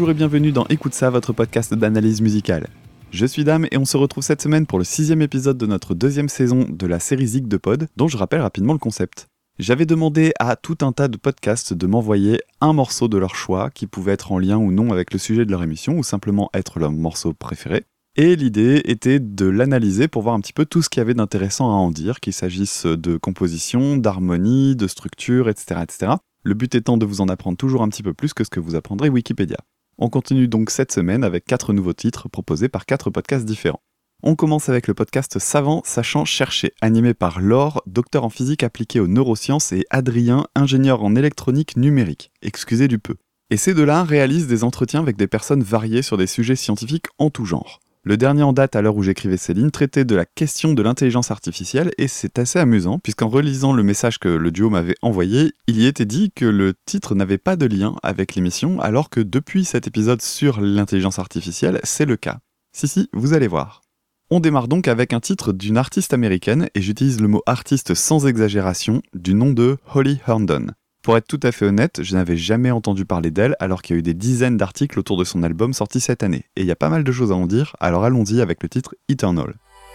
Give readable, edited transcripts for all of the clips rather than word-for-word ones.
Bonjour et bienvenue dans Écoute ça, votre podcast d'analyse musicale. Je suis Dame et on se retrouve cette semaine pour le 6e épisode de notre 2e saison de la série Zig de Pod, dont je rappelle rapidement le concept. J'avais demandé à tout un tas de podcasts de m'envoyer un morceau de leur choix qui pouvait être en lien ou non avec le sujet de leur émission ou simplement être leur morceau préféré. Et l'idée était de l'analyser pour voir un petit peu tout ce qu'il y avait d'intéressant à en dire, qu'il s'agisse de composition, d'harmonie, de structure, etc., etc. Le but étant de vous en apprendre toujours un petit peu plus que ce que vous apprendrez Wikipédia. On continue donc cette semaine avec 4 nouveaux titres proposés par 4 podcasts différents. On commence avec le podcast Savant Sachant Chercher, animé par Laure, docteur en physique appliquée aux neurosciences, et Adrien, ingénieur en électronique numérique. Excusez du peu. Et ces deux-là réalisent des entretiens avec des personnes variées sur des sujets scientifiques en tout genre. Le dernier en date à l'heure où j'écrivais ces lignes traitait de la question de l'intelligence artificielle et c'est assez amusant puisqu'en relisant le message que le duo m'avait envoyé, il y était dit que le titre n'avait pas de lien avec l'émission alors que depuis cet épisode sur l'intelligence artificielle, c'est le cas. Si, vous allez voir. On démarre donc avec un titre d'une artiste américaine et j'utilise le mot artiste sans exagération du nom de Holly Herndon. Pour être tout à fait honnête, je n'avais jamais entendu parler d'elle alors qu'il y a eu des dizaines d'articles autour de son album sorti cette année. Et il y a pas mal de choses à en dire, alors allons-y avec le titre Eternal.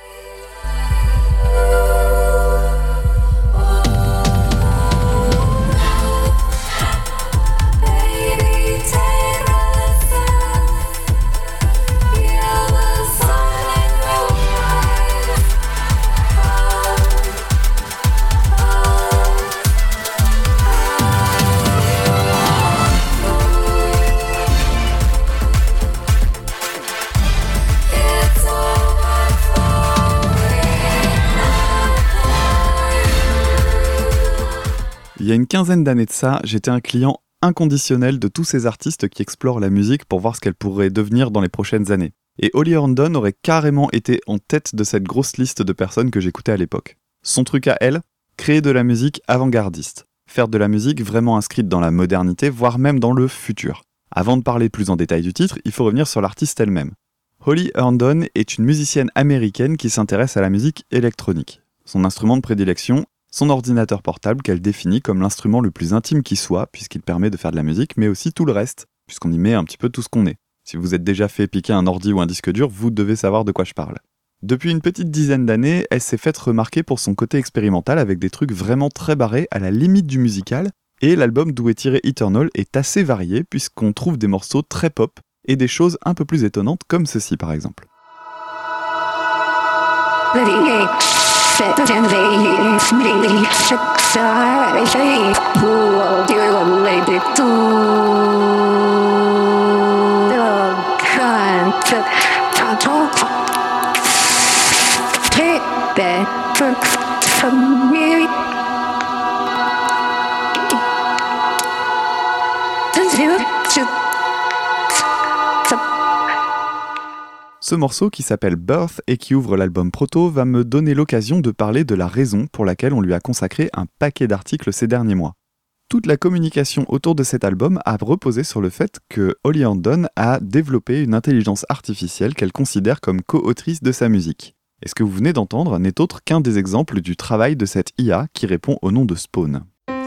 Il y a une quinzaine d'années de ça, j'étais un client inconditionnel de tous ces artistes qui explorent la musique pour voir ce qu'elle pourrait devenir dans les prochaines années. Et Holly Herndon aurait carrément été en tête de cette grosse liste de personnes que j'écoutais à l'époque. Son truc à elle, créer de la musique avant-gardiste. Faire de la musique vraiment inscrite dans la modernité, voire même dans le futur. Avant de parler plus en détail du titre, il faut revenir sur l'artiste elle-même. Holly Herndon est une musicienne américaine qui s'intéresse à la musique électronique. Son instrument de prédilection, son ordinateur portable qu'elle définit comme l'instrument le plus intime qui soit, puisqu'il permet de faire de la musique, mais aussi tout le reste, puisqu'on y met un petit peu tout ce qu'on est. Si vous êtes déjà fait piquer un ordi ou un disque dur, vous devez savoir de quoi je parle. Depuis une petite dizaine d'années, elle s'est faite remarquer pour son côté expérimental avec des trucs vraiment très barrés, à la limite du musical, et l'album d'où est tiré Eternal est assez varié, puisqu'on trouve des morceaux très pop, et des choses un peu plus étonnantes comme ceci par exemple. Ce morceau qui s'appelle Birth et qui ouvre l'album Proto va me donner l'occasion de parler de la raison pour laquelle on lui a consacré un paquet d'articles ces derniers mois. Toute la communication autour de cet album a reposé sur le fait que Holly Herndon a développé une intelligence artificielle qu'elle considère comme co-autrice de sa musique. Et ce que vous venez d'entendre n'est autre qu'un des exemples du travail de cette IA qui répond au nom de Spawn.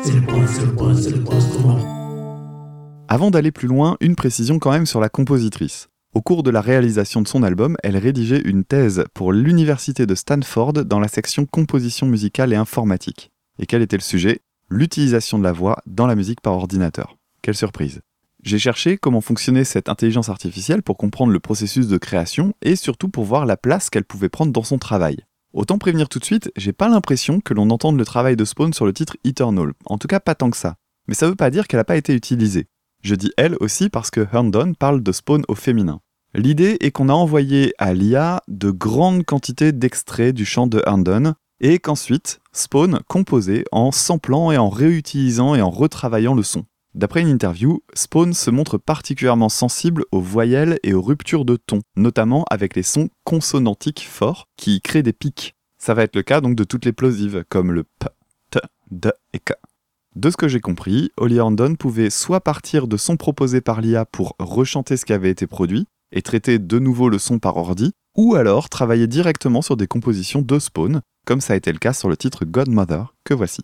Avant d'aller plus loin, une précision quand même sur la compositrice. Au cours de la réalisation de son album, elle rédigeait une thèse pour l'université de Stanford dans la section composition musicale et informatique. Et quel était le sujet ? L'utilisation de la voix dans la musique par ordinateur. Quelle surprise ! J'ai cherché comment fonctionnait cette intelligence artificielle pour comprendre le processus de création et surtout pour voir la place qu'elle pouvait prendre dans son travail. Autant prévenir tout de suite, j'ai pas l'impression que l'on entende le travail de Spawn sur le titre Eternal, en tout cas pas tant que ça. Mais ça veut pas dire qu'elle a pas été utilisée. Je dis elle aussi parce que Herndon parle de Spawn au féminin. L'idée est qu'on a envoyé à l'IA de grandes quantités d'extraits du chant de Herndon et qu'ensuite, Spawn composait en samplant et en réutilisant et en retravaillant le son. D'après une interview, Spawn se montre particulièrement sensible aux voyelles et aux ruptures de ton, notamment avec les sons consonantiques forts qui créent des pics. Ça va être le cas donc de toutes les plosives, comme le P, T, D et K. De ce que j'ai compris, Holly Herndon pouvait soit partir de sons proposés par l'IA pour rechanter ce qui avait été produit, et traiter de nouveau le son par ordi, ou alors travailler directement sur des compositions de Spawn, comme ça a été le cas sur le titre Godmother, que voici.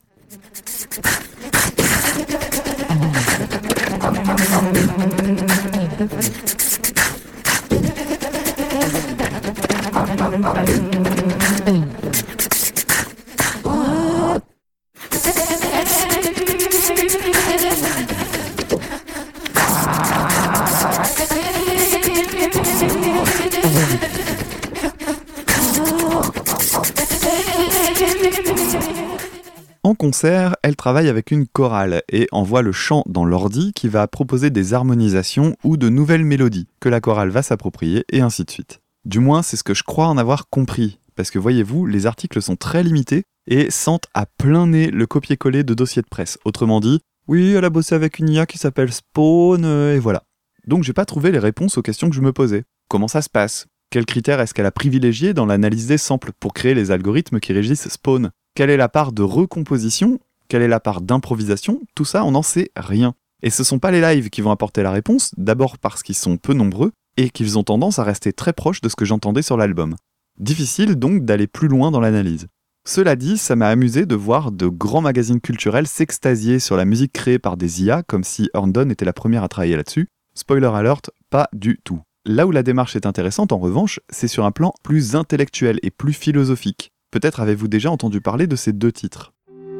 En concert, elle travaille avec une chorale et envoie le chant dans l'ordi qui va proposer des harmonisations ou de nouvelles mélodies que la chorale va s'approprier et ainsi de suite. Du moins, c'est ce que je crois en avoir compris, parce que voyez-vous, les articles sont très limités et sentent à plein nez le copier-coller de dossiers de presse. Autrement dit, oui, elle a bossé avec une IA qui s'appelle Spawn, et voilà. Donc j'ai pas trouvé les réponses aux questions que je me posais. Comment ça se passe ? Quels critères est-ce qu'elle a privilégiés dans l'analyse des samples pour créer les algorithmes qui régissent Spawn ? Quelle est la part de recomposition ? Quelle est la part d'improvisation ? Tout ça, on n'en sait rien. Et ce sont pas les lives qui vont apporter la réponse, d'abord parce qu'ils sont peu nombreux, et qu'ils ont tendance à rester très proches de ce que j'entendais sur l'album. Difficile donc d'aller plus loin dans l'analyse. Cela dit, ça m'a amusé de voir de grands magazines culturels s'extasier sur la musique créée par des IA, comme si Herndon était la première à travailler là-dessus. Spoiler alert, pas du tout. Là où la démarche est intéressante, en revanche, c'est sur un plan plus intellectuel et plus philosophique. Peut-être avez-vous déjà entendu parler de ces deux titres.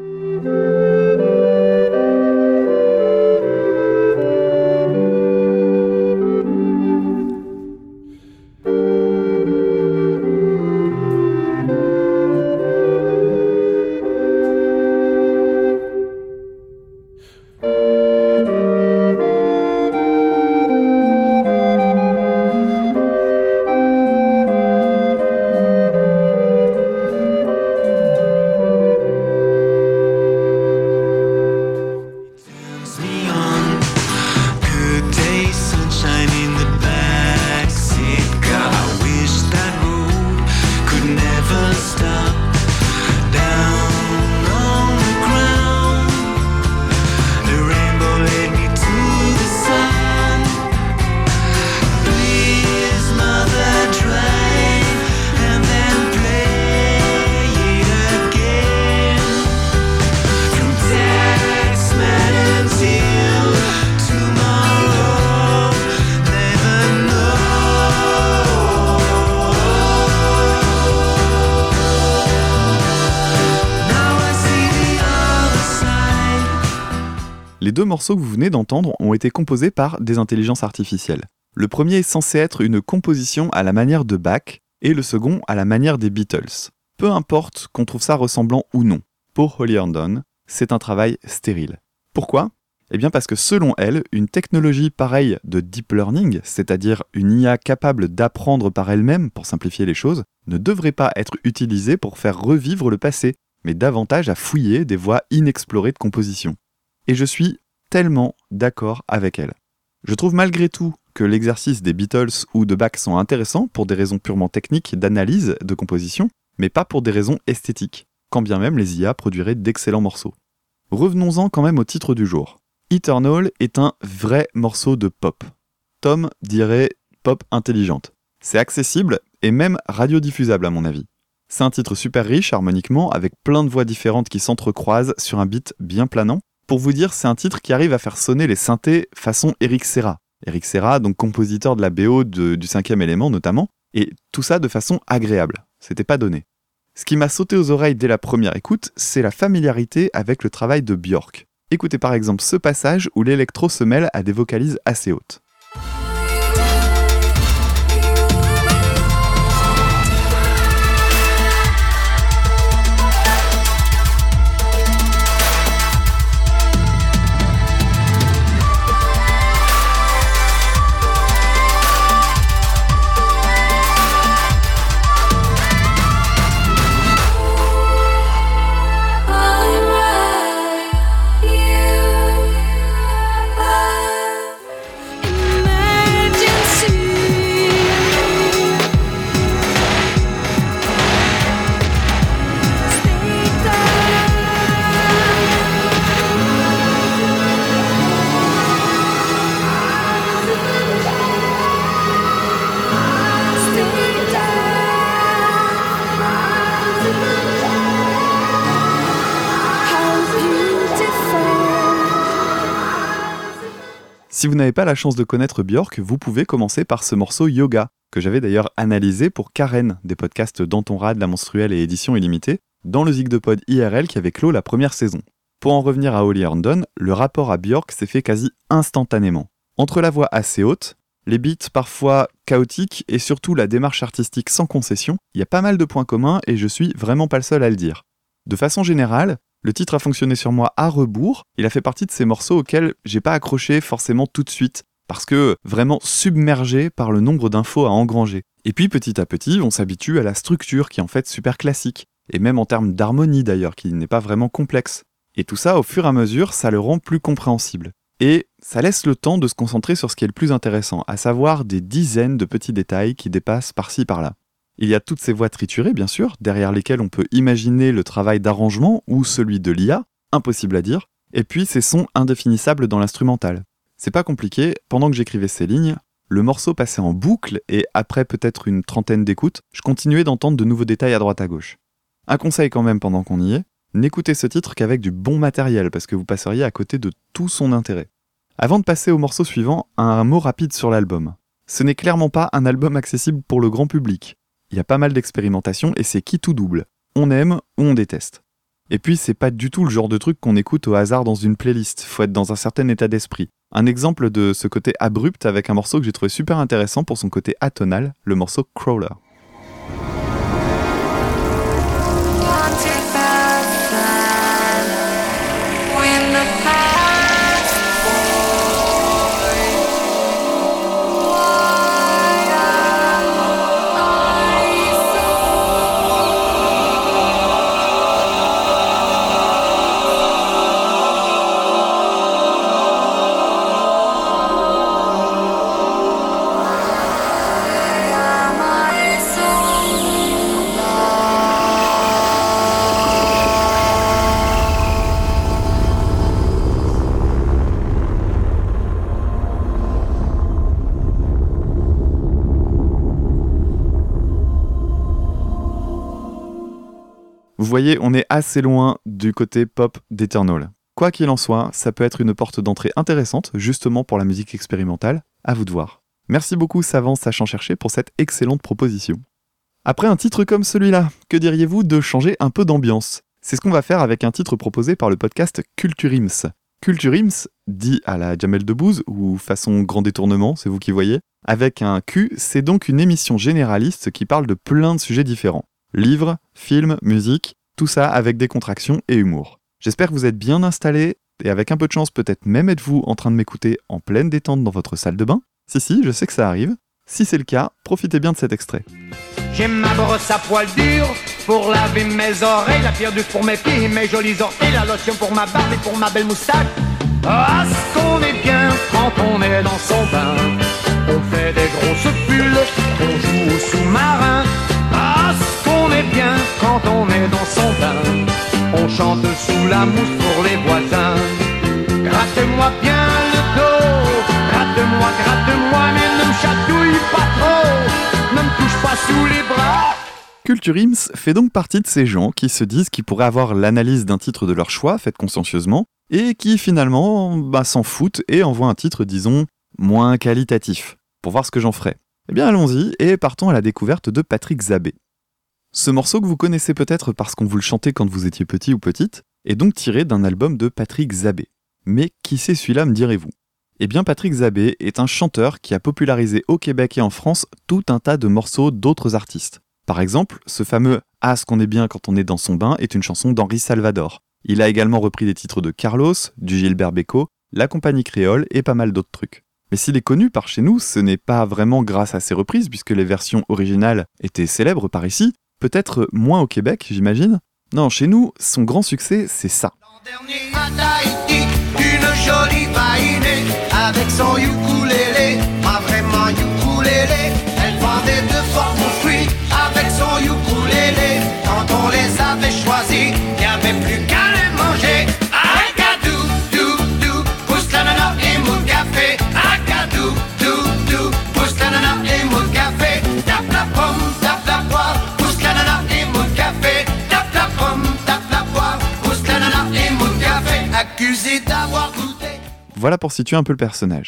Les deux morceaux que vous venez d'entendre ont été composés par des intelligences artificielles. Le premier est censé être une composition à la manière de Bach et le second à la manière des Beatles. Peu importe qu'on trouve ça ressemblant ou non. Pour Holly Herndon, c'est un travail stérile. Pourquoi ? Eh bien parce que selon elle, une technologie pareille de deep learning, c'est-à-dire une IA capable d'apprendre par elle-même pour simplifier les choses, ne devrait pas être utilisée pour faire revivre le passé, mais davantage à fouiller des voies inexplorées de composition. Et je suis tellement d'accord avec elle. Je trouve malgré tout que l'exercice des Beatles ou de Bach sont intéressants pour des raisons purement techniques d'analyse de composition, mais pas pour des raisons esthétiques, quand bien même les IA produiraient d'excellents morceaux. Revenons-en quand même au titre du jour. Eternal est un vrai morceau de pop. Tom dirait pop intelligente. C'est accessible et même radiodiffusable à mon avis. C'est un titre super riche harmoniquement avec plein de voix différentes qui s'entrecroisent sur un beat bien planant. Pour vous dire, c'est un titre qui arrive à faire sonner les synthés façon Eric Serra. Eric Serra, donc compositeur de la BO du 5e élément notamment, et tout ça de façon agréable. C'était pas donné. Ce qui m'a sauté aux oreilles dès la première écoute, c'est la familiarité avec le travail de Björk. Écoutez par exemple ce passage où l'électro se mêle à des vocalises assez hautes. Si vous n'avez pas la chance de connaître Björk, vous pouvez commencer par ce morceau Yoga, que j'avais d'ailleurs analysé pour Karen, des podcasts Danton-Rad, La Menstruelle et Édition Illimitée, dans le Zig de Pod IRL qui avait clos la première saison. Pour en revenir à Holly Herndon, le rapport à Björk s'est fait quasi instantanément. Entre la voix assez haute, les beats parfois chaotiques et surtout la démarche artistique sans concession, il y a pas mal de points communs et je suis vraiment pas le seul à le dire. De façon générale, le titre a fonctionné sur moi à rebours, il a fait partie de ces morceaux auxquels j'ai pas accroché forcément tout de suite, parce que vraiment submergé par le nombre d'infos à engranger. Et puis petit à petit, on s'habitue à la structure qui est en fait super classique, et même en termes d'harmonie d'ailleurs, qui n'est pas vraiment complexe. Et tout ça, au fur et à mesure, ça le rend plus compréhensible. Et ça laisse le temps de se concentrer sur ce qui est le plus intéressant, à savoir des dizaines de petits détails qui dépassent par-ci par-là. Il y a toutes ces voix triturées, bien sûr, derrière lesquelles on peut imaginer le travail d'arrangement ou celui de l'IA, impossible à dire, et puis ces sons indéfinissables dans l'instrumental. C'est pas compliqué, pendant que j'écrivais ces lignes, le morceau passait en boucle et après peut-être une trentaine d'écoutes, je continuais d'entendre de nouveaux détails à droite à gauche. Un conseil quand même pendant qu'on y est, n'écoutez ce titre qu'avec du bon matériel parce que vous passeriez à côté de tout son intérêt. Avant de passer au morceau suivant, un mot rapide sur l'album. Ce n'est clairement pas un album accessible pour le grand public. Il y a pas mal d'expérimentation et c'est qui tout double. On aime ou on déteste. Et puis c'est pas du tout le genre de truc qu'on écoute au hasard dans une playlist, faut être dans un certain état d'esprit. Un exemple de ce côté abrupt avec un morceau que j'ai trouvé super intéressant pour son côté atonal, le morceau Crawler. Vous voyez, on est assez loin du côté pop d'Eternal. Quoi qu'il en soit, ça peut être une porte d'entrée intéressante, justement pour la musique expérimentale, à vous de voir. Merci beaucoup Savant Sachant Chercher pour cette excellente proposition. Après un titre comme celui-là, que diriez-vous de changer un peu d'ambiance ? C'est ce qu'on va faire avec un titre proposé par le podcast Culture-Ims. Culture-Ims, dit à la Jamel Debbouze, ou façon grand détournement, c'est vous qui voyez, avec un Q, c'est donc une émission généraliste qui parle de plein de sujets différents. Livres, films, musique, tout ça avec décontraction et humour. J'espère que vous êtes bien installés et avec un peu de chance peut-être même êtes-vous en train de m'écouter en pleine détente dans votre salle de bain. Si, je sais que ça arrive. Si c'est le cas, profitez bien de cet extrait. J'ai ma brosse à poil dur pour laver mes oreilles, la pierre du pour mes pieds et mes jolis orteils, la lotion pour ma barbe et pour ma belle moustache. Ah, ce qu'on est bien quand on est dans son bain. On fait des grosses bulles, on joue au sous-marin. Ah, ce qu'on est bien quand on est dans son bain. On chante sous la mousse pour les voisins. Gratte-moi bien le dos, gratte-moi, mais ne me chatouille pas trop, ne me touche pas sous les bras. Culture-Ims fait donc partie de ces gens qui se disent qu'ils pourraient avoir l'analyse d'un titre de leur choix, faite consciencieusement, et qui finalement s'en foutent et envoient un titre, disons, moins qualitatif, pour voir ce que j'en ferai. Eh bien allons-y et partons à la découverte de Patrick Zabé. Ce morceau que vous connaissez peut-être parce qu'on vous le chantait quand vous étiez petit ou petite, est donc tiré d'un album de Patrick Zabé. Mais qui c'est celui-là, me direz-vous ? Eh bien Patrick Zabé est un chanteur qui a popularisé au Québec et en France tout un tas de morceaux d'autres artistes. Par exemple, ce fameux « Ah, ce qu'on est bien quand on est dans son bain » est une chanson d'Henri Salvador. Il a également repris des titres de Carlos, du Gilbert Bécaud, La Compagnie Créole et pas mal d'autres trucs. Mais s'il est connu par chez nous, ce n'est pas vraiment grâce à ses reprises, puisque les versions originales étaient célèbres par ici, peut-être moins au Québec, j'imagine. Non, chez nous, son grand succès, c'est ça. L'an dernier à Tahiti, une jolie vaïnée, avec son ukulélé, pas vraiment ukulélé, elle vendait de forts bons fruits, avec son ukulélé, quand on les avait choisis, il n'y avait plus qu'à les manger. Agadou, dou, dou, pousse l'ananas et mou de café. Agadou, dou, dou, pousse l'ananas et mou de café. Tape la pomme, tape la poire, pousse l'ananas et mou de café. Tape la pomme, tape la poire, pousse l'ananas et mou de café. Accusé d'avoir goûté. Voilà pour situer un peu le personnage.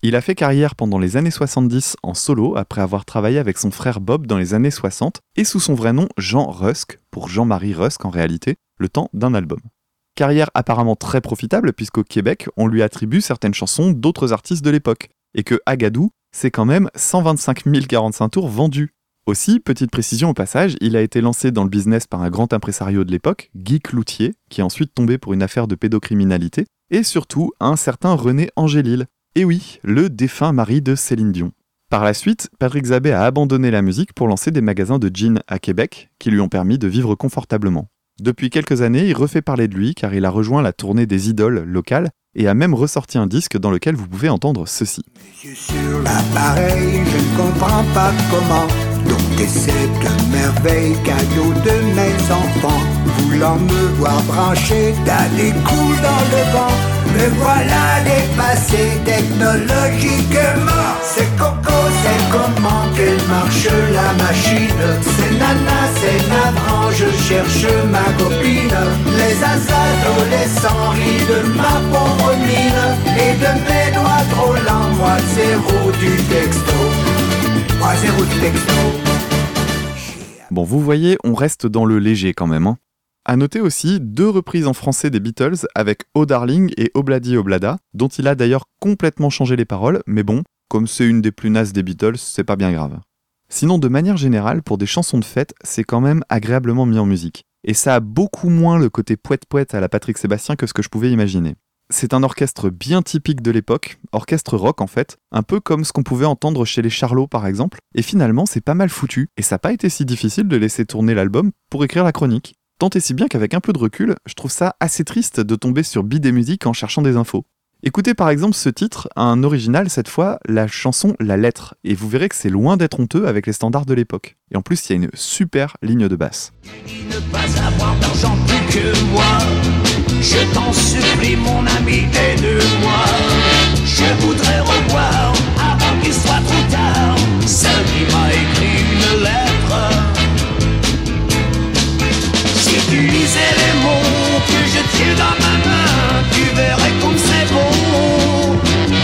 Il a fait carrière pendant les années 70 en solo après avoir travaillé avec son frère Bob dans les années 60 et sous son vrai nom Jean Rusk, pour Jean-Marie Rusk en réalité, le temps d'un album. Carrière apparemment très profitable puisqu'au Québec, on lui attribue certaines chansons d'autres artistes de l'époque et que Agadou, c'est quand même 125 045 tours vendus. Aussi, petite précision au passage, il a été lancé dans le business par un grand impresario de l'époque, Guy Cloutier, qui est ensuite tombé pour une affaire de pédocriminalité, et surtout un certain René Angélil. Et oui, le défunt mari de Céline Dion. Par la suite, Patrick Zabé a abandonné la musique pour lancer des magasins de jeans à Québec, qui lui ont permis de vivre confortablement. Depuis quelques années, il refait parler de lui car il a rejoint la tournée des idoles locales et a même ressorti un disque dans lequel vous pouvez entendre ceci. Je suis sur l'appareil, je ne comprends pas comment. Donc cette merveille, cadeau de mes enfants. Voulant me voir branché, d'aller cool dans le vent. Me voilà dépassé technologiquement. C'est Coco, c'est comment qu'elle marche la machine. C'est nana, c'est navrant, je cherche ma copine. Les adolescents rient de ma pauvre mine. Et de mes doigts trop lents, moi zéro du texto. Moi zéro du texto. Bon, vous voyez, on reste dans le léger quand même, hein. À noter aussi 2 reprises en français des Beatles avec Oh Darling et Obladi Oblada, dont il a d'ailleurs complètement changé les paroles, mais bon, comme c'est une des plus nazes des Beatles, c'est pas bien grave. Sinon, de manière générale, pour des chansons de fête, c'est quand même agréablement mis en musique. Et ça a beaucoup moins le côté poète-poète à la Patrick Sébastien que ce que je pouvais imaginer. C'est un orchestre bien typique de l'époque, orchestre rock en fait, un peu comme ce qu'on pouvait entendre chez les Charlots par exemple, et finalement c'est pas mal foutu, et ça n'a pas été si difficile de laisser tourner l'album pour écrire la chronique. Tant et si bien qu'avec un peu de recul, je trouve ça assez triste de tomber sur Bide et Musique en cherchant des infos. Écoutez par exemple ce titre, un original cette fois, la chanson La Lettre, et vous verrez que c'est loin d'être honteux avec les standards de l'époque. Et en plus il y a une super ligne de basse. Ne pas avoir d'argent plus que moi. Je t'en supplie mon ami, aide-moi. Je voudrais revoir avant qu'il soit trop tard celle qui m'a écrit une lettre. Si tu lisais les mots que je tiens dans ma main, tu verrais comme c'est beau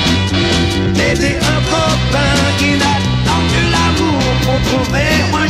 d'aider un copain qui n'attend que l'amour pour trouver un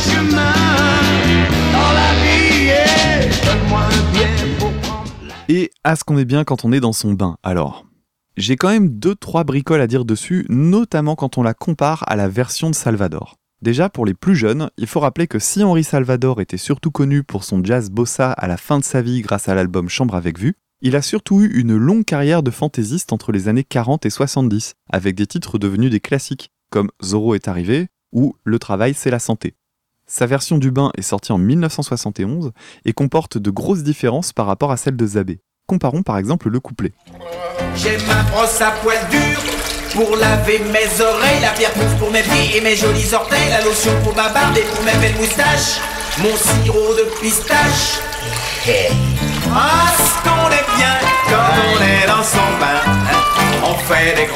chemin dans la vie. Donne-moi un bien pour prendre. Et à ce qu'on est bien quand on est dans son bain, alors. J'ai quand même 2-3 bricoles à dire dessus, notamment quand on la compare à la version de Salvador. Déjà, pour les plus jeunes, il faut rappeler que si Henri Salvador était surtout connu pour son jazz bossa à la fin de sa vie grâce à l'album Chambre avec vue, il a surtout eu une longue carrière de fantaisiste entre les années 40 et 70, avec des titres devenus des classiques, comme Zorro est arrivé ou Le travail c'est la santé. Sa version du bain est sortie en 1971 et comporte de grosses différences par rapport à celle de Zabé. Comparons par exemple le couplet. J'ai ma brosse à poil dur pour laver mes oreilles, la pierre pousse pour mes pieds et mes jolis orteils, la lotion pour ma barbe et pour mes belles moustaches, mon sirop de pistache. Hey. Ah, ce qu'on est bien quand on est dans son bain, on fait des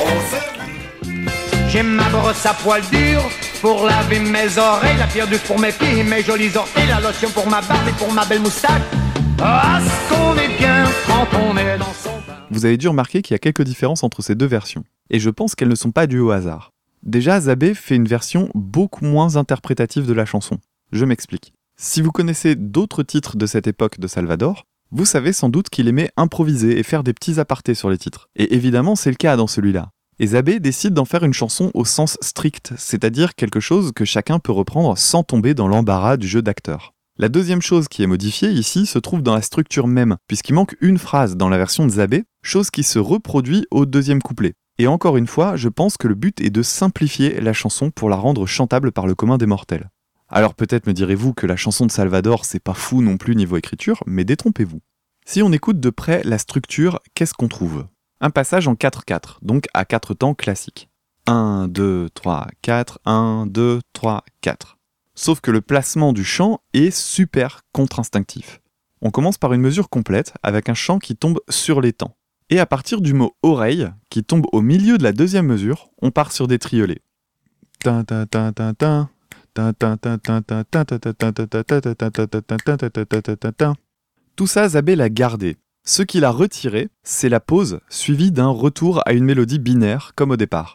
grosses. J'ai ma brosse à poil dur pour laver mes oreilles, la pierre douce pour mes pieds et mes jolis orteils, la lotion pour ma barbe et pour ma belle moustache. Ah, ce qu'on est bien quand on est dans son bain. Vous avez dû remarquer qu'il y a quelques différences entre ces 2 versions, et je pense qu'elles ne sont pas dues au hasard. Déjà, Zabé fait une version beaucoup moins interprétative de la chanson. Je m'explique. Si vous connaissez d'autres titres de cette époque de Salvador, vous savez sans doute qu'il aimait improviser et faire des petits apartés sur les titres. Et évidemment, c'est le cas dans celui-là. Et Zabé décide d'en faire une chanson au sens strict, c'est-à-dire quelque chose que chacun peut reprendre sans tomber dans l'embarras du jeu d'acteur. La deuxième chose qui est modifiée ici se trouve dans la structure même, puisqu'il manque une phrase dans la version de Zabé, chose qui se reproduit au 2e couplet. Et encore une fois, je pense que le but est de simplifier la chanson pour la rendre chantable par le commun des mortels. Alors peut-être me direz-vous que la chanson de Salvador c'est pas fou non plus niveau écriture, mais détrompez-vous. Si on écoute de près la structure, qu'est-ce qu'on trouve ? Un passage en 4-4, donc à 4 temps classique. 1, 2, 3, 4, 1, 2, 3, 4. Sauf que le placement du chant est super contre-instinctif. On commence par une mesure complète, avec un chant qui tombe sur les temps. Et à partir du mot « oreille », qui tombe au milieu de la 2e mesure, on part sur des triolets. Tout ça, Zabé l'a gardé. Ce qu'il a retiré, c'est la pause, suivie d'un retour à une mélodie binaire, comme au départ.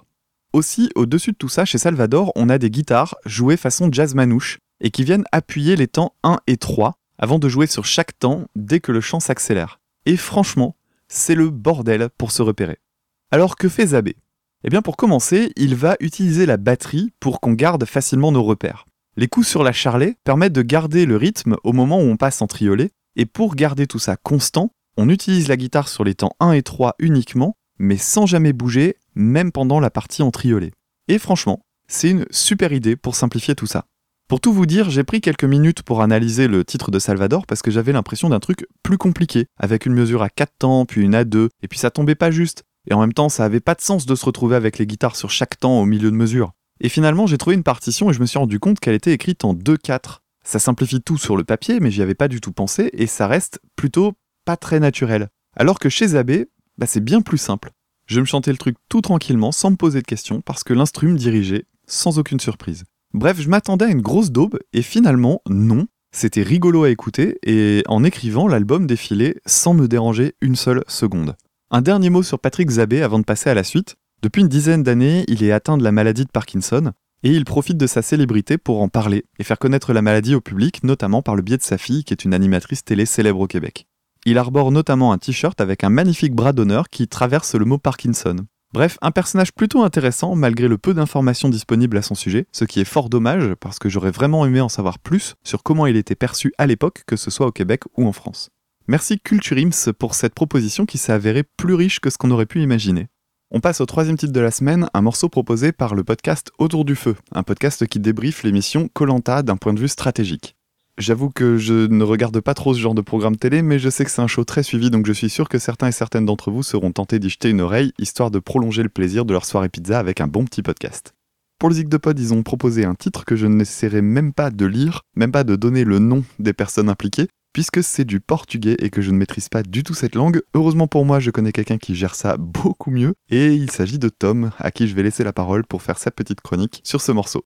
Aussi, au-dessus de tout ça, chez Salvador, on a des guitares jouées façon jazz manouche et qui viennent appuyer les temps 1 et 3 avant de jouer sur chaque temps dès que le chant s'accélère. Et franchement, c'est le bordel pour se repérer. Alors que fait Zabé ? Eh bien pour commencer, il va utiliser la batterie pour qu'on garde facilement nos repères. Les coups sur la charlet permettent de garder le rythme au moment où on passe en triolet, et pour garder tout ça constant, on utilise la guitare sur les temps 1 et 3 uniquement, mais sans jamais bouger, même pendant la partie en triolet. Et franchement, c'est une super idée pour simplifier tout ça. Pour tout vous dire, j'ai pris quelques minutes pour analyser le titre de Salvador parce que j'avais l'impression d'un truc plus compliqué, avec une mesure à 4 temps, puis une à 2, et puis ça tombait pas juste. Et en même temps, ça avait pas de sens de se retrouver avec les guitares sur chaque temps au milieu de mesure. Et finalement, j'ai trouvé une partition et je me suis rendu compte qu'elle était écrite en 2/4. Ça simplifie tout sur le papier, mais j'y avais pas du tout pensé, et ça reste plutôt pas très naturel. Alors que chez Zabé, c'est bien plus simple. Je me chantais le truc tout tranquillement, sans me poser de questions, parce que l'instru me dirigeait, sans aucune surprise. Bref, je m'attendais à une grosse daube, et finalement, non. C'était rigolo à écouter, et en écrivant, l'album défilait sans me déranger une seule seconde. Un dernier mot sur Patrick Zabé avant de passer à la suite. Depuis une dizaine d'années, il est atteint de la maladie de Parkinson, et il profite de sa célébrité pour en parler, et faire connaître la maladie au public, notamment par le biais de sa fille, qui est une animatrice télé célèbre au Québec. Il arbore notamment un t-shirt avec un magnifique bras d'honneur qui traverse le mot Parkinson. Bref, un personnage plutôt intéressant malgré le peu d'informations disponibles à son sujet, ce qui est fort dommage parce que j'aurais vraiment aimé en savoir plus sur comment il était perçu à l'époque, que ce soit au Québec ou en France. Merci Culturims pour cette proposition qui s'est avérée plus riche que ce qu'on aurait pu imaginer. On passe au troisième titre de la semaine, un morceau proposé par le podcast Autour du Feu, un podcast qui débriefe l'émission Koh-Lanta d'un point de vue stratégique. J'avoue que je ne regarde pas trop ce genre de programme télé, mais je sais que c'est un show très suivi, donc je suis sûr que certains et certaines d'entre vous seront tentés d'y jeter une oreille, histoire de prolonger le plaisir de leur soirée pizza avec un bon petit podcast. Pour le Zig de Pod, ils ont proposé un titre que je n'essaierai même pas de lire, même pas de donner le nom des personnes impliquées, puisque c'est du portugais et que je ne maîtrise pas du tout cette langue. Heureusement pour moi, je connais quelqu'un qui gère ça beaucoup mieux, et il s'agit de Tom, à qui je vais laisser la parole pour faire sa petite chronique sur ce morceau.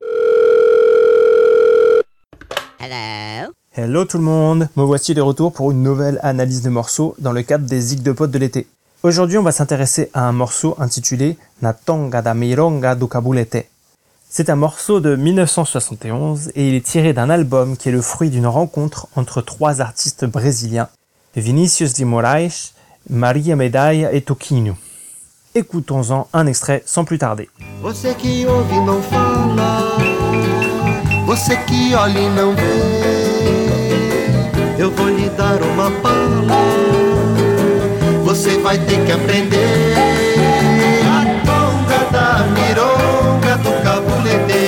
Hello tout le monde, me voici de retour pour une nouvelle analyse de morceaux dans le cadre des Zig de Pod de l'été. Aujourd'hui, on va s'intéresser à un morceau intitulé Na Tonga da Mironga do Cabulete. C'est un morceau de 1971 et il est tiré d'un album qui est le fruit d'une rencontre entre trois artistes brésiliens, Vinícius de Moraes, Maria Medaya et Toquinho. Écoutons-en un extrait sans plus tarder. Você que ouve não fala, você que olha e não vê, eu vou lhe dar uma bala, você vai ter que aprender a tonga da mironga do cabulete,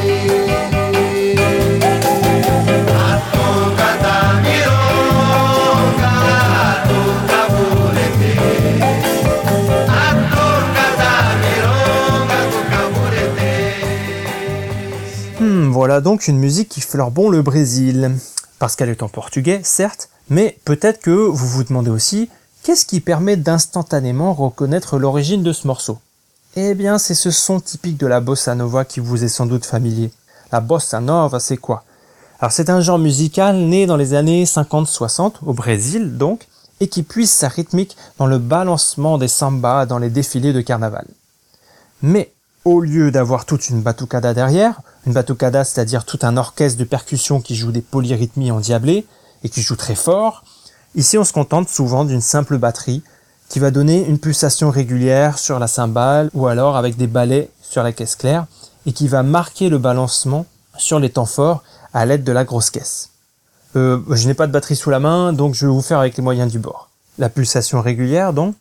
a tonga da mironga do cabulete, a tonga da mironga do cabulete. Voilà donc une musique qui fleure bon le Brésil. Parce qu'elle est en portugais, certes, mais peut-être que vous vous demandez aussi qu'est-ce qui permet d'instantanément reconnaître l'origine de ce morceau. Eh bien, c'est ce son typique de la bossa nova qui vous est sans doute familier. La bossa nova, c'est quoi ? Alors, c'est un genre musical né dans les années 50-60, au Brésil donc, et qui puise sa rythmique dans le balancement des sambas dans les défilés de carnaval. Mais, au lieu d'avoir toute une batucada derrière, une batucada c'est-à-dire tout un orchestre de percussions qui joue des polyrythmies endiablées et qui joue très fort, ici on se contente souvent d'une simple batterie qui va donner une pulsation régulière sur la cymbale ou alors avec des ballets sur la caisse claire et qui va marquer le balancement sur les temps forts à l'aide de la grosse caisse. Je n'ai pas de batterie sous la main, donc je vais vous faire avec les moyens du bord. La pulsation régulière donc.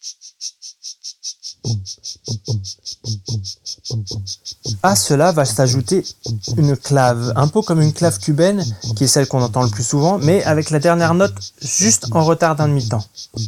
À cela va s'ajouter une clave, un peu comme une clave cubaine, qui est celle qu'on entend le plus souvent, mais avec la dernière note juste en retard d'un demi-temps.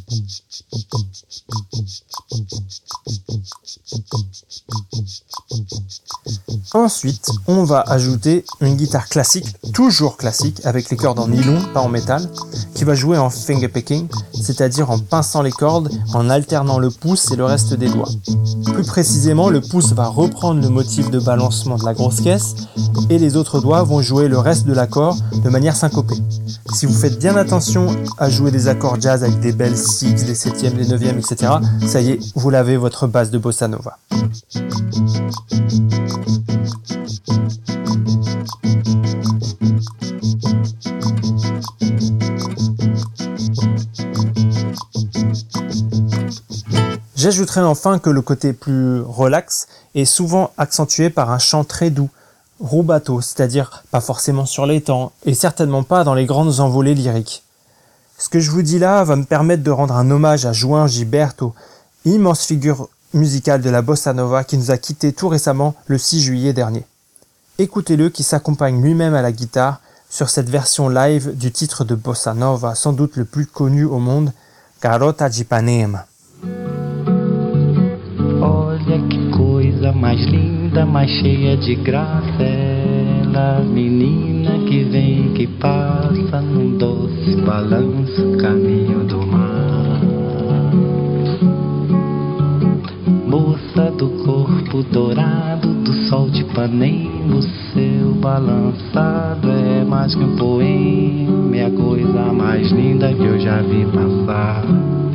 Ensuite, on va ajouter une guitare classique, toujours classique, avec les cordes en nylon, pas en métal, qui va jouer en fingerpicking, c'est-à-dire en pinçant les cordes, en alternant le pouce et le reste des doigts. Plus précisément, le pouce va reprendre le motif de balancement de la grosse caisse et les autres doigts vont jouer le reste de l'accord de manière syncopée. Si vous faites bien attention à jouer des accords jazz avec des belles sixes, des septièmes, des neuvièmes, etc., ça y est, vous l'avez votre base de bossa nova. J'ajouterai enfin que le côté plus relax est souvent accentué par un chant très doux, rubato, c'est-à-dire pas forcément sur les temps et certainement pas dans les grandes envolées lyriques. Ce que je vous dis là va me permettre de rendre un hommage à João Gilberto, immense figure musicale de la bossa nova qui nous a quittés tout récemment le 6 juillet dernier. Écoutez-le qui s'accompagne lui-même à la guitare sur cette version live du titre de bossa nova sans doute le plus connu au monde, Garota de Ipanema. Olha que coisa mais linda, mais cheia de graça, ela, menina que vem, que passa num doce balanço, caminho do mar. Moça do corpo dourado, do sol de Ipanema, o seu balançado é mais que poema, é a coisa mais linda que eu já vi passar.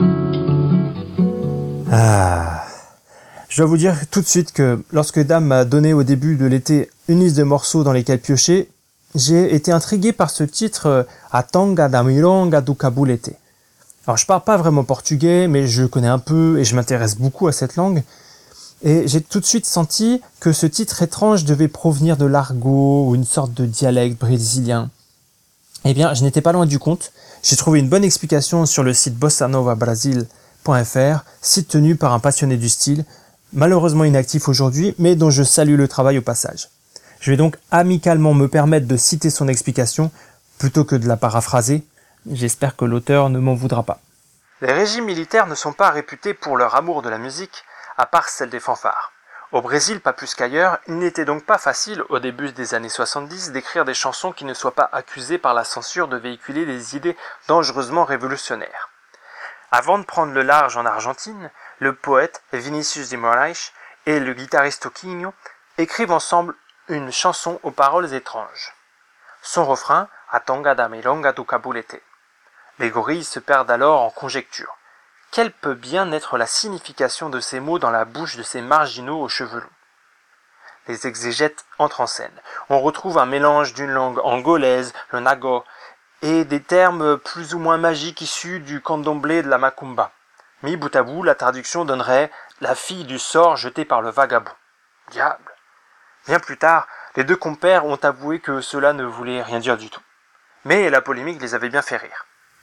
Je dois vous dire tout de suite que lorsque Dame m'a donné au début de l'été une liste de morceaux dans lesquels piocher, j'ai été intrigué par ce titre A Tonga da Milonga do Cabulete. Alors je parle pas vraiment portugais, mais je connais un peu et je m'intéresse beaucoup à cette langue. Et j'ai tout de suite senti que ce titre étrange devait provenir de l'argot ou une sorte de dialecte brésilien. Eh bien, je n'étais pas loin du compte. J'ai trouvé une bonne explication sur le site bossanovabrasil.fr, site tenu par un passionné du style, malheureusement inactif aujourd'hui, mais dont je salue le travail au passage. Je vais donc amicalement me permettre de citer son explication, plutôt que de la paraphraser. J'espère que l'auteur ne m'en voudra pas. Les régimes militaires ne sont pas réputés pour leur amour de la musique, à part celle des fanfares. Au Brésil, pas plus qu'ailleurs, il n'était donc pas facile, au début des années 70, d'écrire des chansons qui ne soient pas accusées par la censure de véhiculer des idées dangereusement révolutionnaires. Avant de prendre le large en Argentine, le poète Vinícius de Moraes et le guitariste Toquinho écrivent ensemble une chanson aux paroles étranges. Son refrain, A Tonga da Milonga do Cabulete. Les gorilles se perdent alors en conjectures. Quelle peut bien être la signification de ces mots dans la bouche de ces marginaux aux cheveux longs? Les exégètes entrent en scène. On retrouve un mélange d'une langue angolaise, le nago, et des termes plus ou moins magiques issus du candomblé de la macumba. Mis bout à bout, la traduction donnerait « la fille du sort jetée par le vagabond ». Diable! Bien plus tard, les deux compères ont avoué que cela ne voulait rien dire du tout. Mais la polémique les avait bien fait rire.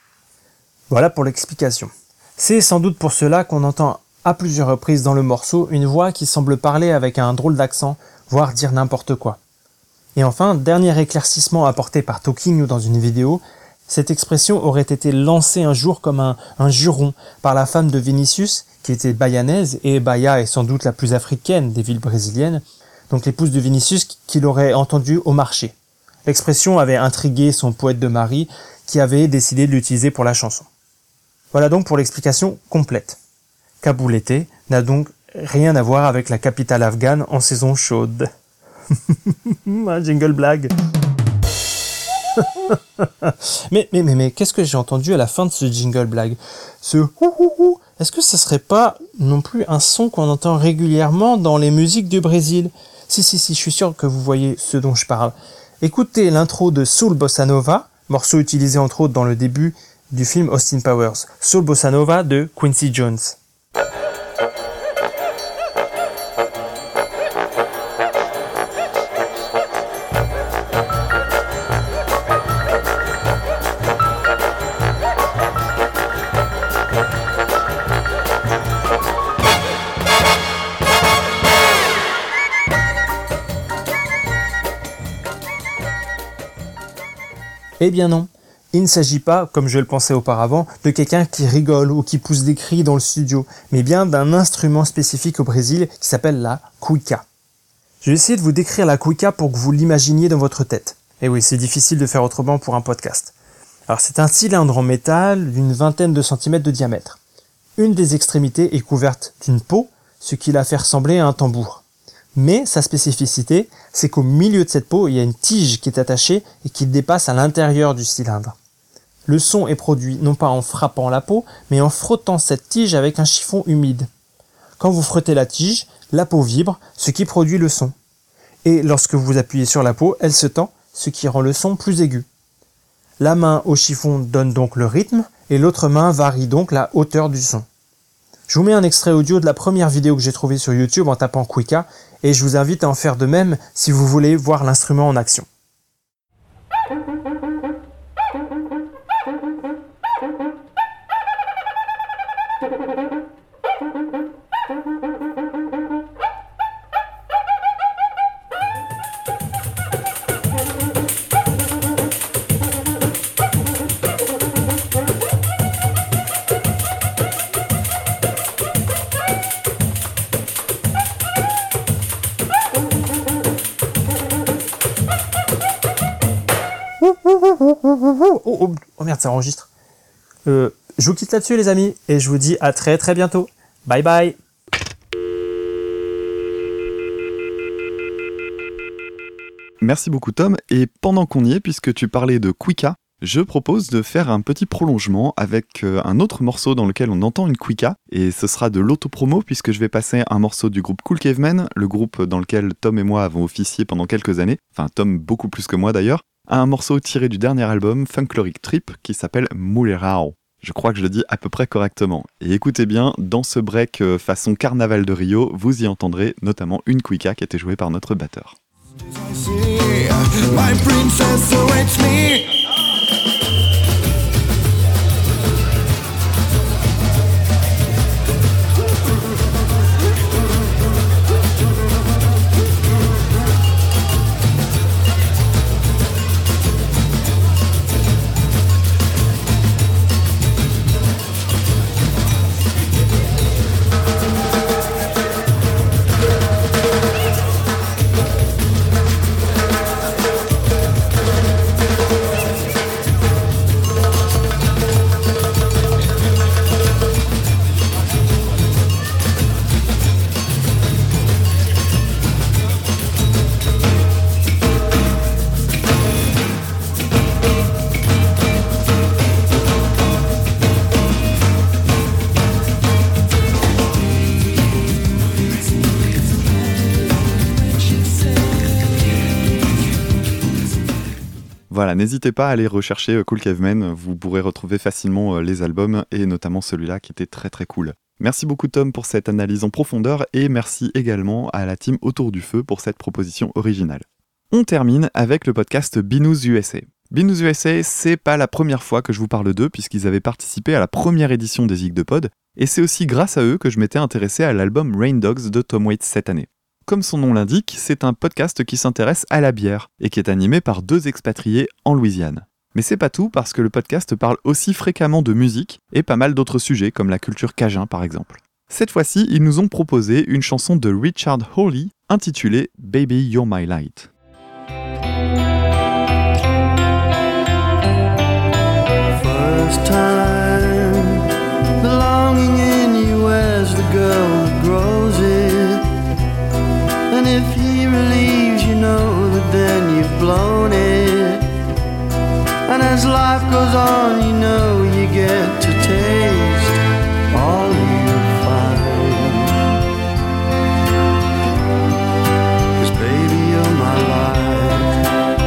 Voilà pour l'explication. C'est sans doute pour cela qu'on entend à plusieurs reprises dans le morceau une voix qui semble parler avec un drôle d'accent, voire dire n'importe quoi. Et enfin, dernier éclaircissement apporté par Toquinho dans une vidéo, cette expression aurait été lancée un jour comme un juron par la femme de Vinícius, qui était bayanaise, et Bahia est sans doute la plus africaine des villes brésiliennes, donc l'épouse de Vinícius qui l'aurait entendue au marché. L'expression avait intrigué son poète de mari, qui avait décidé de l'utiliser pour la chanson. Voilà donc pour l'explication complète. Cabulete n'a donc rien à voir avec la capitale afghane en saison chaude. Un jingle blague. mais qu'est-ce que j'ai entendu à la fin de ce jingle blague? Ce hou. Est-ce que ce serait pas non plus un son qu'on entend régulièrement dans les musiques du Brésil? Si, je suis sûr que vous voyez ce dont je parle. Écoutez l'intro de Soul Bossa Nova, morceau utilisé entre autres dans le début du film Austin Powers. Soul Bossa Nova de Quincy Jones. Eh bien non, il ne s'agit pas, comme je le pensais auparavant, de quelqu'un qui rigole ou qui pousse des cris dans le studio, mais bien d'un instrument spécifique au Brésil qui s'appelle la cuica. Je vais essayer de vous décrire la cuica pour que vous l'imaginiez dans votre tête. Et oui, c'est difficile de faire autrement pour un podcast. Alors c'est un cylindre en métal d'une 20aine de centimètres de diamètre. Une des extrémités est couverte d'une peau ce qui la fait ressembler à un tambour. Mais sa spécificité, c'est qu'au milieu de cette peau, il y a une tige qui est attachée et qui dépasse à l'intérieur du cylindre. Le son est produit non pas en frappant la peau, mais en frottant cette tige avec un chiffon humide. Quand vous frottez la tige, la peau vibre, ce qui produit le son. Et lorsque vous appuyez sur la peau, elle se tend, ce qui rend le son plus aigu. La main au chiffon donne donc le rythme, et l'autre main varie donc la hauteur du son. Je vous mets un extrait audio de la première vidéo que j'ai trouvée sur YouTube en tapant Quika, et je vous invite à en faire de même si vous voulez voir l'instrument en action. Oh merde, ça enregistre. Je vous quitte là-dessus les amis, et je vous dis à très très bientôt. Bye bye. Merci beaucoup Tom, et pendant qu'on y est, puisque tu parlais de Quika, je propose de faire un petit prolongement avec un autre morceau dans lequel on entend une Quika, et ce sera de l'autopromo puisque je vais passer un morceau du groupe Cool Cavemen, le groupe dans lequel Tom et moi avons officié pendant quelques années, enfin Tom beaucoup plus que moi d'ailleurs, à un morceau tiré du dernier album Funkloric Trip qui s'appelle Mulherão. Je crois que je le dis à peu près correctement. Et écoutez bien, dans ce break façon Carnaval de Rio, vous y entendrez notamment une Quika qui a été jouée par notre batteur. My princess awaits me. Voilà, n'hésitez pas à aller rechercher Cool Cavemen, vous pourrez retrouver facilement les albums et notamment celui-là qui était très très cool. Merci beaucoup Tom pour cette analyse en profondeur et merci également à la team Autour du Feu pour cette proposition originale. On termine avec le podcast Binous USA. Binous USA, c'est pas la première fois que je vous parle d'eux puisqu'ils avaient participé à la première édition des Zig de Pod et c'est aussi grâce à eux que je m'étais intéressé à l'album Rain Dogs de Tom Waits cette année. Comme son nom l'indique, c'est un podcast qui s'intéresse à la bière et qui est animé par 2 expatriés en Louisiane. Mais c'est pas tout parce que le podcast parle aussi fréquemment de musique et pas mal d'autres sujets comme la culture cajun par exemple. Cette fois-ci, ils nous ont proposé une chanson de Richard Hawley intitulée Baby You're My Light. First time, belonging in you as the girl that grows it. And if he relieves, you know that then you've blown it. And as life goes on, you know you get to taste all you find. 'Cause baby, you're my life.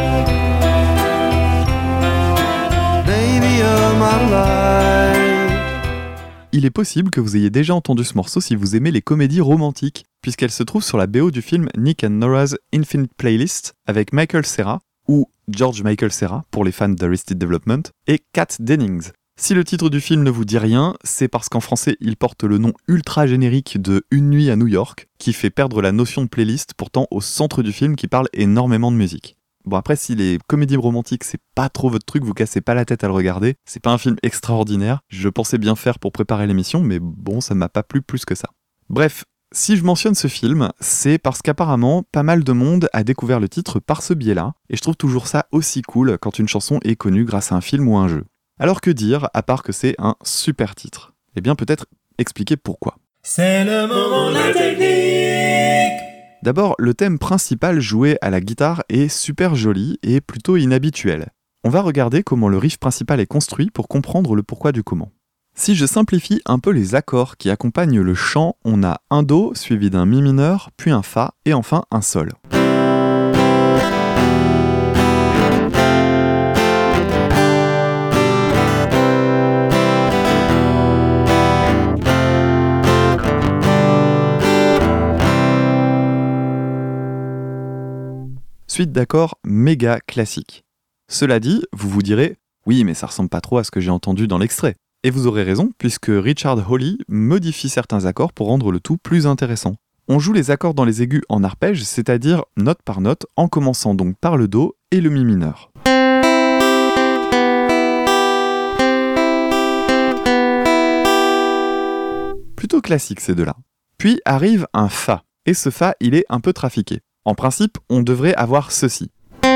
Baby, you're my life. Il est possible que vous ayez déjà entendu ce morceau si vous aimez les comédies romantiques, puisqu'elle se trouve sur la BO du film Nick and Nora's Infinite Playlist avec Michael Cera, ou George Michael Cera pour les fans d'Arrested Development, et Kat Dennings. Si le titre du film ne vous dit rien, c'est parce qu'en français il porte le nom ultra générique de Une nuit à New York, qui fait perdre la notion de playlist pourtant au centre du film qui parle énormément de musique. Bon après, si les comédies romantiques c'est pas trop votre truc, vous cassez pas la tête à le regarder, c'est pas un film extraordinaire, je pensais bien faire pour préparer l'émission, mais bon, ça m'a pas plu plus que ça. Bref, si je mentionne ce film, c'est parce qu'apparemment, pas mal de monde a découvert le titre par ce biais-là, et je trouve toujours ça aussi cool quand une chanson est connue grâce à un film ou un jeu. Alors que dire, à part que c'est un super titre ? Eh bien peut-être expliquer pourquoi. C'est le moment de la technique. D'abord, le thème principal joué à la guitare est super joli et plutôt inhabituel. On va regarder comment le riff principal est construit pour comprendre le pourquoi du comment. Si je simplifie un peu les accords qui accompagnent le chant, on a un Do suivi d'un Mi mineur, puis un Fa et enfin un Sol. Suite d'accords méga classique. Cela dit, vous vous direz « Oui, mais ça ressemble pas trop à ce que j'ai entendu dans l'extrait ». Et vous aurez raison, puisque Richard Hawley modifie certains accords pour rendre le tout plus intéressant. On joue les accords dans les aigus en arpège, c'est-à-dire note par note, en commençant donc par le Do et le Mi mineur. Plutôt classique ces deux-là. Puis arrive un Fa, et ce Fa, il est un peu trafiqué. En principe, on devrait avoir ceci.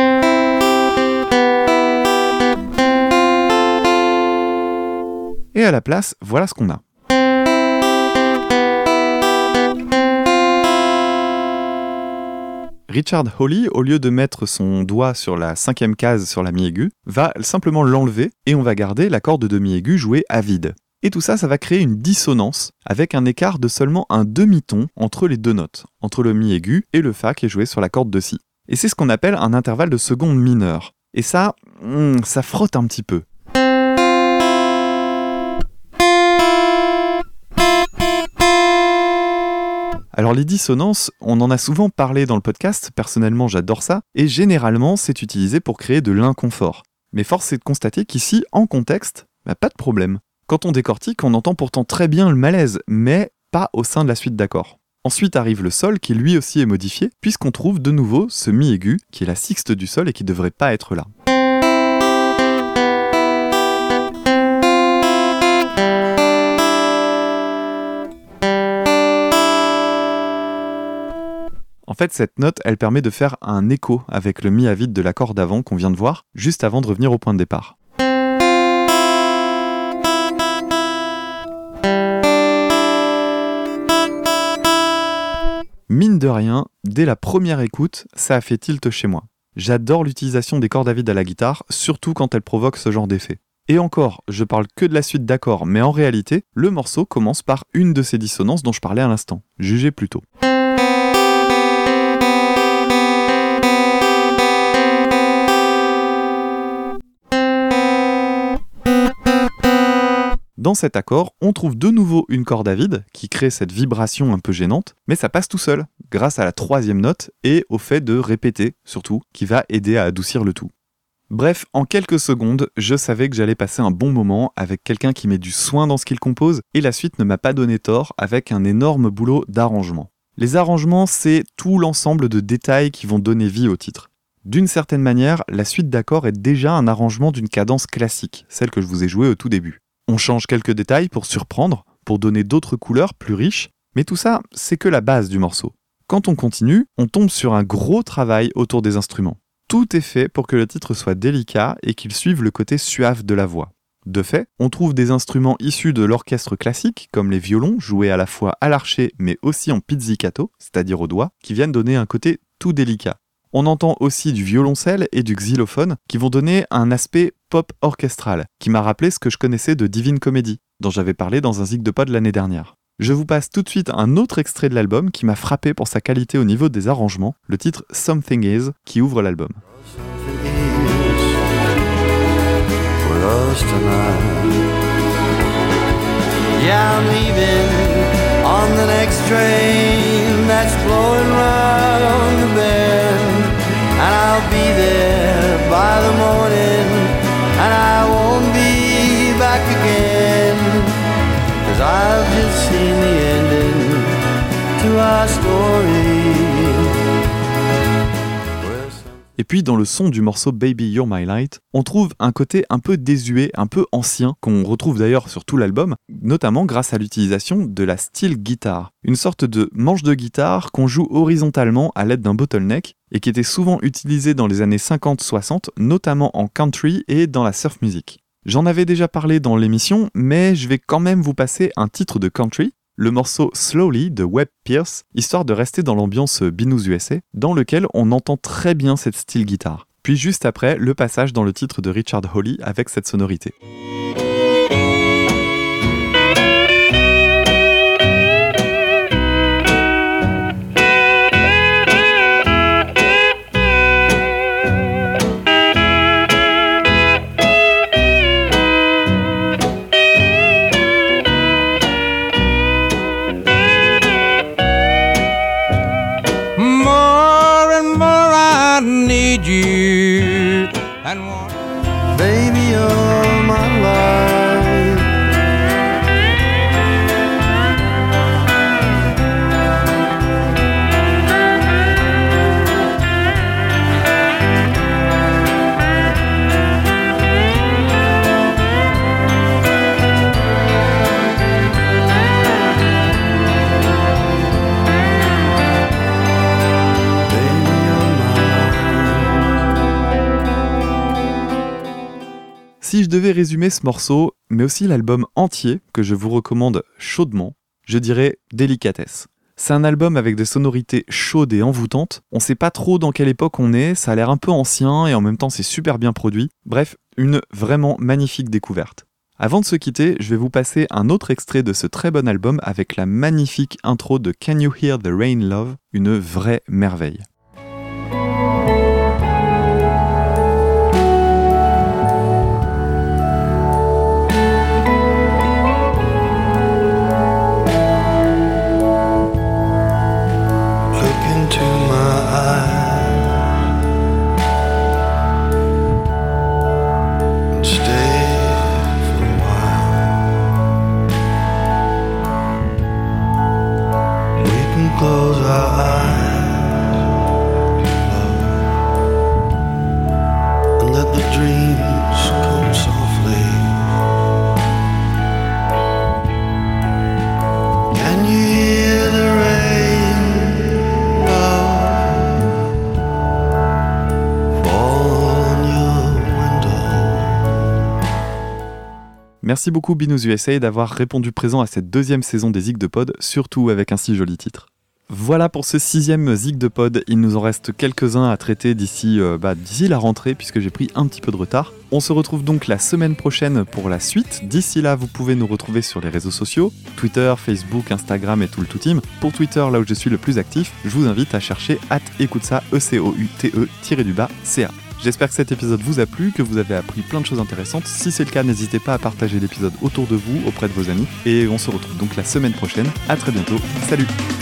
Et à la place, voilà ce qu'on a. Richard Hawley, au lieu de mettre son doigt sur la 5e case sur la mi aiguë, va simplement l'enlever et on va garder la corde de mi aiguë jouée à vide. Et tout ça, ça va créer une dissonance avec un écart de seulement un demi-ton entre les deux notes, entre le mi aigu et le Fa qui est joué sur la corde de Si. Et c'est ce qu'on appelle un intervalle de seconde mineure. Et ça frotte un petit peu. Alors les dissonances, on en a souvent parlé dans le podcast, personnellement j'adore ça, et généralement c'est utilisé pour créer de l'inconfort. Mais force est de constater qu'ici, en contexte, pas de problème. Quand on décortique, on entend pourtant très bien le malaise, mais pas au sein de la suite d'accords. Ensuite arrive le Sol qui lui aussi est modifié, puisqu'on trouve de nouveau ce Mi aigu, qui est la sixte du Sol et qui devrait pas être là. En fait, cette note, elle permet de faire un écho avec le Mi à vide de l'accord d'avant qu'on vient de voir, juste avant de revenir au point de départ. Mine de rien, dès la première écoute, ça a fait tilt chez moi. J'adore l'utilisation des cordes à vide à la guitare, surtout quand elles provoquent ce genre d'effet. Et encore, je parle que de la suite d'accords, mais en réalité, le morceau commence par une de ces dissonances dont je parlais à l'instant. Jugez plutôt. Dans cet accord, on trouve de nouveau une corde à vide qui crée cette vibration un peu gênante, mais ça passe tout seul, grâce à la troisième note et au fait de répéter, surtout, qui va aider à adoucir le tout. Bref, en quelques secondes, je savais que j'allais passer un bon moment avec quelqu'un qui met du soin dans ce qu'il compose, et la suite ne m'a pas donné tort avec un énorme boulot d'arrangement. Les arrangements, c'est tout l'ensemble de détails qui vont donner vie au titre. D'une certaine manière, la suite d'accords est déjà un arrangement d'une cadence classique, celle que je vous ai jouée au tout début. On change quelques détails pour surprendre, pour donner d'autres couleurs plus riches, mais tout ça, c'est que la base du morceau. Quand on continue, on tombe sur un gros travail autour des instruments. Tout est fait pour que le titre soit délicat et qu'il suive le côté suave de la voix. De fait, on trouve des instruments issus de l'orchestre classique, comme les violons, joués à la fois à l'archet mais aussi en pizzicato, c'est-à-dire au doigt, qui viennent donner un côté tout délicat. On entend aussi du violoncelle et du xylophone qui vont donner un aspect pop orchestral, qui m'a rappelé ce que je connaissais de Divine Comedy, dont j'avais parlé dans un Zig de Pod l'année dernière. Je vous passe tout de suite un autre extrait de l'album qui m'a frappé pour sa qualité au niveau des arrangements, le titre Something Is, qui ouvre l'album. Yeah, I'm leaving on the next train that's blowing round the bend, and I'll be there by the morning, and I won't be back again, 'cause I've just seen the ending to our story. Et puis dans le son du morceau Baby You're My Light, on trouve un côté un peu désuet, un peu ancien, qu'on retrouve d'ailleurs sur tout l'album, notamment grâce à l'utilisation de la steel guitar, une sorte de manche de guitare qu'on joue horizontalement à l'aide d'un bottleneck et qui était souvent utilisée dans les années 50-60, notamment en country et dans la surf music. J'en avais déjà parlé dans l'émission, mais je vais quand même vous passer un titre de country, le morceau Slowly de Webb Pierce, histoire de rester dans l'ambiance Binous USA, dans lequel on entend très bien cette style guitare. Puis juste après, le passage dans le titre de Richard Hawley avec cette sonorité. Need you and Baby, you're my life. Si je devais résumer ce morceau, mais aussi l'album entier, que je vous recommande chaudement, je dirais délicatesse. C'est un album avec des sonorités chaudes et envoûtantes, on sait pas trop dans quelle époque on est, ça a l'air un peu ancien et en même temps c'est super bien produit, bref, une vraiment magnifique découverte. Avant de se quitter, je vais vous passer un autre extrait de ce très bon album avec la magnifique intro de Can You Hear the Rain Love, une vraie merveille. Close our eyes, love, and let the dreams come softly. Can you hear the rain, love, fall on your window? Merci beaucoup Binous USA d'avoir répondu présent à cette deuxième saison des Zig de Pod, surtout avec un si joli titre. Voilà pour ce 6e Zig de Pod, il nous en reste quelques-uns à traiter d'ici la rentrée puisque j'ai pris un petit peu de retard. On se retrouve donc la semaine prochaine pour la suite. D'ici là, vous pouvez nous retrouver sur les réseaux sociaux, Twitter, Facebook, Instagram et tout le tout-team. Pour Twitter, là où je suis le plus actif, je vous invite à chercher @écoutesa, ECOUTE_CA. J'espère que cet épisode vous a plu, que vous avez appris plein de choses intéressantes. Si c'est le cas, n'hésitez pas à partager l'épisode autour de vous, auprès de vos amis. Et on se retrouve donc la semaine prochaine. À très bientôt. Salut!